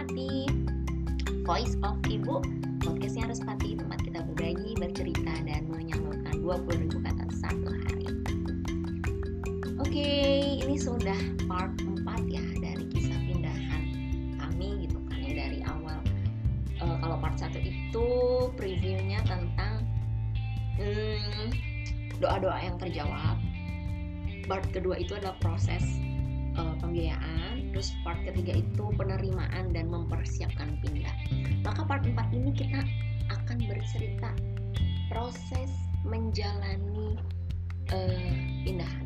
Respati, Voice of Ibu, podcastnya Respati, tempat kita berbagi, bercerita, dan menyalurkan 20.000 kata satu hari. Oke, ini sudah part 4 ya dari kisah pindahan kami gitu kan ya, dari awal. Kalau part 1 itu previewnya tentang doa-doa yang terjawab. Part kedua itu adalah proses pembiayaan. Terus part ketiga itu penerimaan dan mempersiapkan pindah. Maka part 4 ini kita akan bercerita proses menjalani pindahan.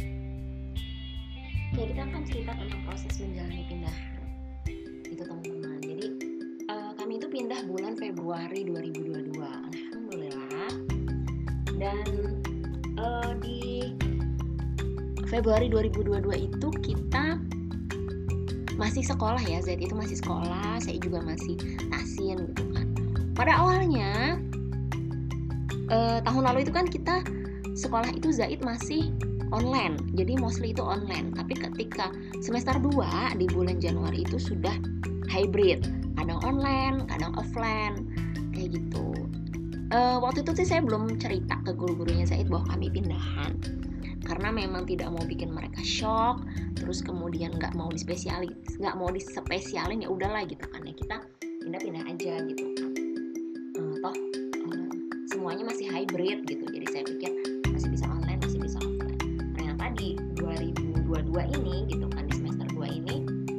Ya, kita akan cerita tentang proses menjalani pindahan itu teman-teman. Jadi kami itu pindah bulan Februari 2022, alhamdulillah. Dan di Februari 2022 itu kita masih sekolah ya, Zaid itu masih sekolah, saya juga masih tasin gitu kan. Pada awalnya tahun lalu itu kan kita sekolah itu Zaid masih online, jadi mostly itu online. Tapi ketika semester 2 di bulan Januari itu sudah hybrid, kadang online, kadang offline, kayak gitu. Waktu itu sih saya belum cerita ke guru-gurunya Zaid bahwa kami pindahan, karena memang tidak mau bikin mereka shock. Terus kemudian nggak mau dispesialin, ya udahlah gitu kan ya, kita pindah-pindah aja gitu kan. Toh semuanya masih hybrid gitu, jadi saya pikir masih bisa online, masih bisa offline. Ternyata di 2022 ini gitu kan, di semester 2 ini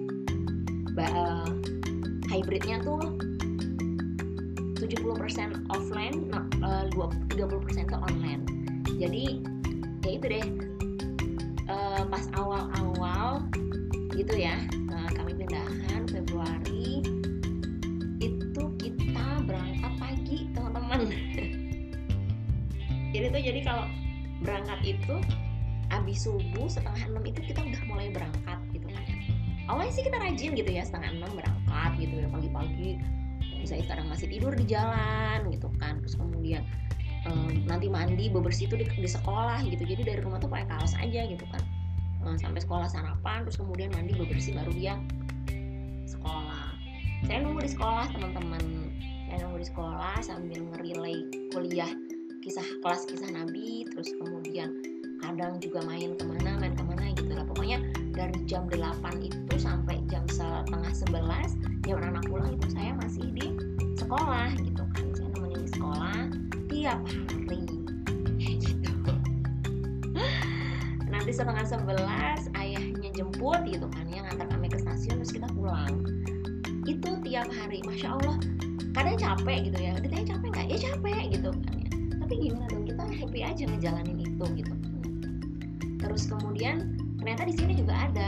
hybridnya tuh 70% offline, 30% ke online. Jadi ya itu deh, pas awal-awal gitu ya, kami pindahan Februari itu kita berangkat pagi teman-teman. Jadi kalau berangkat itu abis subuh 5:30 itu kita udah mulai berangkat gitu kan. Awalnya sih kita rajin gitu ya, 5:30 berangkat gitu ya, pagi-pagi. Misalnya kadang masih tidur di jalan gitu kan. Terus kemudian nanti mandi bebersih itu di sekolah gitu. Jadi dari rumah tuh pakai kaos aja gitu kan, sampai sekolah sarapan, terus kemudian mandi bebersih baru dia sekolah. Saya nunggu di sekolah teman-teman, saya nunggu di sekolah sambil ngerelay kuliah kelas kisah Nabi. Terus kemudian kadang juga main kemana gitu lah. Pokoknya dari jam 8 itu sampai jam 10:30 jam anak pulang itu saya masih di sekolah gitu kan. Saya nemenin di sekolah tiap hari gitu. Nanti 10:30 ayahnya jemput gitu kan ya, ngantar kami ke stasiun, terus kita pulang. Itu tiap hari, masya Allah. Kadang capek gitu ya, ditanya capek nggak? Ya capek gitu kan ya. Tapi gimana dong, kita happy aja ngejalanin itu gitu. Terus kemudian ternyata di sini juga ada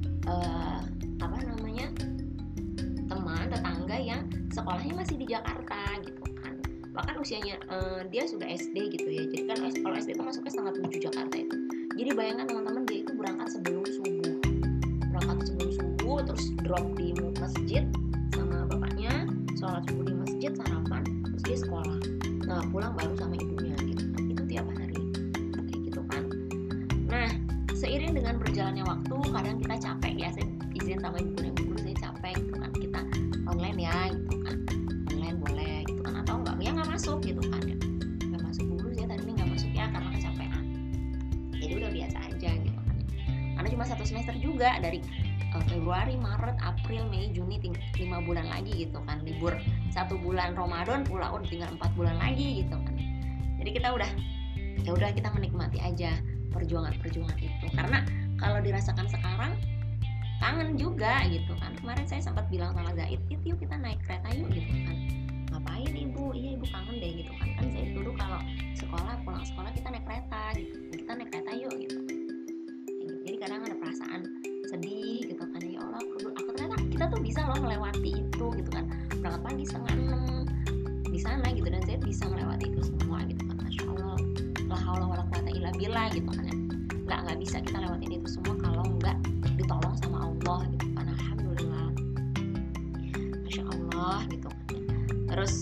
teman tetangga yang sekolahnya masih di Jakarta gitu kan. Bahkan usianya dia sudah SD gitu ya. Jadi kan kalau SD itu masuknya 6:30 Jakarta itu. Jadi bayangkan teman-teman, dia itu berangkat sebelum subuh, terus drop di masjid sama bapaknya, sholat subuh di masjid, sarapan, terus dia sekolah. Nah pulang baru sama ibunya gitu. Itu tiap hari kayak gitu kan. Nah seiring dengan berjalannya waktu, kadang kita capek ya, saya izin sama ibu saya capek gitu kan, kita online ya gitu kan, online boleh gitu kan, atau enggak ya nggak masuk gitu kan ya, nggak masuk dulu, saya tadi ini nggak masuk ya karena kecapean. Jadi udah biasa aja gitu kan, karena cuma 1 semester juga, dari Februari, Maret, April, Mei, Juni, 5 bulan lagi gitu kan, libur 1 bulan Ramadan pula, udah tinggal 4 bulan lagi gitu kan. Jadi kita kita menikmati aja perjuangan itu, karena kalau dirasakan sekarang kangen juga gitu kan. Kemarin saya sempat bilang sama Zaid, yuk kita naik kereta yuk gitu kan. Ngapain ibu? Iya ibu kangen deh gitu kan. Kan Zaid dulu kalau pulang sekolah kita naik kereta gitu, kita naik kereta yuk gitu. Jadi kadang ada perasaan sedih gitu kan, ya Allah aku ternyata kita tuh bisa loh melewati itu gitu kan. Berangkat pagi 5:30 di sana gitu, dan Zaid bisa melewati itu semua gitu kan. Masya Allah, la haula wala quwata illa billah gitu kan ya. Nggak bisa kita lewatin itu semua kalau nggak ditolong sama Allah gitu kan. Alhamdulillah, Masya Allah gitu kan ya. Terus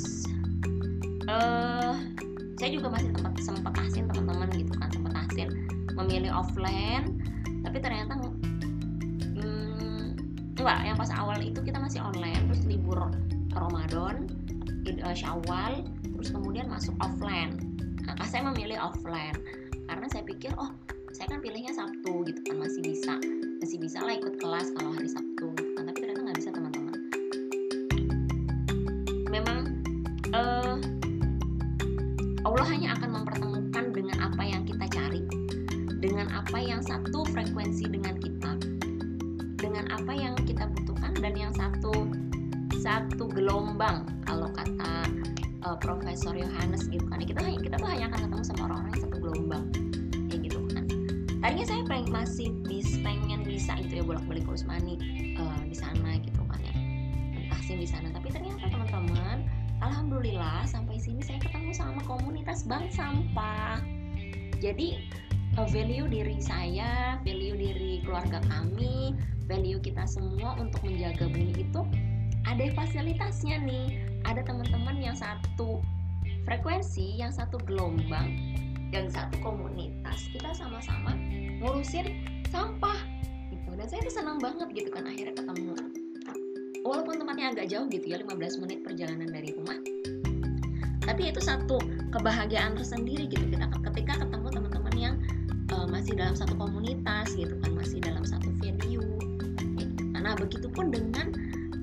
saya juga masih sempat asin teman-teman gitu kan, sempat asin memilih offline, tapi ternyata enggak, yang pas awal itu kita masih online, terus libur Ramadan, Syawal, terus kemudian masuk offline. Nah, saya memilih offline karena saya pikir saya kan pilihnya Sabtu gitu kan, masih bisa lah ikut kelas kalau hari Sabtu gitu kan. Tapi ternyata nggak bisa teman-teman. Memang Allah hanya akan mempertemukan dengan apa yang kita cari, dengan apa yang satu frekuensi dengan kita, dengan apa yang kita butuhkan, dan yang satu gelombang kalau kata Profesor Yohanes gitu kan. Kita tuh hanya akan ketemu sama orang-orang yang satu gelombang kayak gitu kan. Tadinya saya masih pengen bisa itu ya, bolak-balik ke Usmani di sana gitu kan ya, tahsin di sana. Tapi ternyata teman-teman, alhamdulillah sampai sini saya ketemu sama komunitas bank sampah. Jadi value diri saya, value diri keluarga kami, value kita semua untuk menjaga bumi itu ada fasilitasnya nih. Ada teman-teman yang satu frekuensi, yang satu gelombang, yang satu komunitas. Kita sama-sama ngurusin sampah gitu. Dan saya tuh senang banget gitu kan akhirnya ketemu. Walaupun tempatnya agak jauh gitu ya, 15 menit perjalanan dari rumah, tapi itu satu kebahagiaan tersendiri gitu kita ketika ketemu teman-teman yang masih dalam satu komunitas gitu kan, masih dalam satu value gitu. Nah begitupun dengan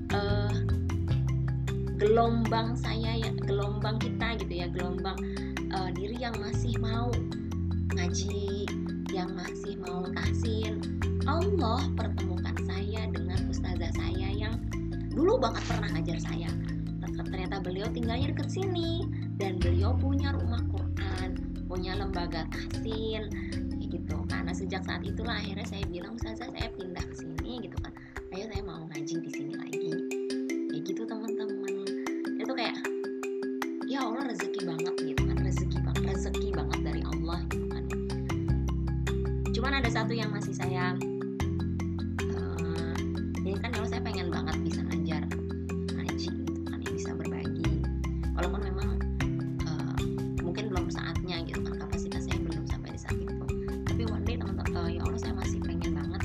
gelombang saya ya, gelombang kita gitu ya, gelombang diri yang masih mau ngaji, yang masih mau tahsin. Allah pertemukan saya dengan ustazah saya yang dulu banget pernah ngajar saya. Ternyata beliau tinggalnya deket sini dan beliau punya rumah Quran, punya lembaga tahsin gitu. Karena sejak saat itulah akhirnya saya bilang, ustazah saya pindah ke sini gitu kan, ayo saya mau ngaji di sini lagi kayak gitu teman-teman. Itu kayak ya Allah, rezeki banget gitu kan, rezeki banget dari Allah gitu kan. Cuman ada satu yang masih saya ini kan, kalau saya pengen banget bisa ngajar ngaji gitu kan, yang bisa berbagi, walaupun memang mungkin belum saatnya gitu kan, kapasitas saya belum sampai di saat itu. Tapi one day teman-teman, ya Allah saya masih pengen banget,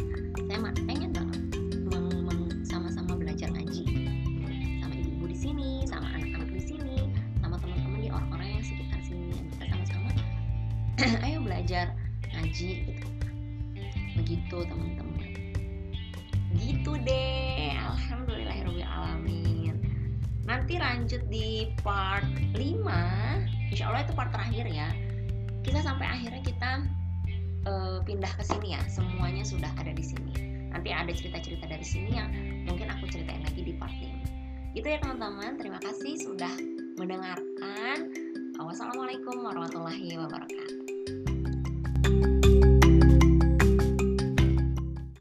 sama-sama belajar ngaji sama ibu-ibu di sini, sama anak-anak di sini, sama teman-teman di orang-orang yang sekitar sini, yang kita sama-sama ayo belajar ngaji gitu. Begitu teman-teman, gitu deh. Alhamdulillahirobbilalamin. Nanti lanjut di part 5, insya Allah itu part terakhir ya. Kita sampai akhirnya kita pindah ke sini ya, semuanya sudah ada di sini. Nanti ada cerita-cerita dari sini yang mungkin aku ceritain lagi di part 5. Itu ya teman-teman, terima kasih sudah mendengarkan. Wassalamualaikum warahmatullahi wabarakatuh.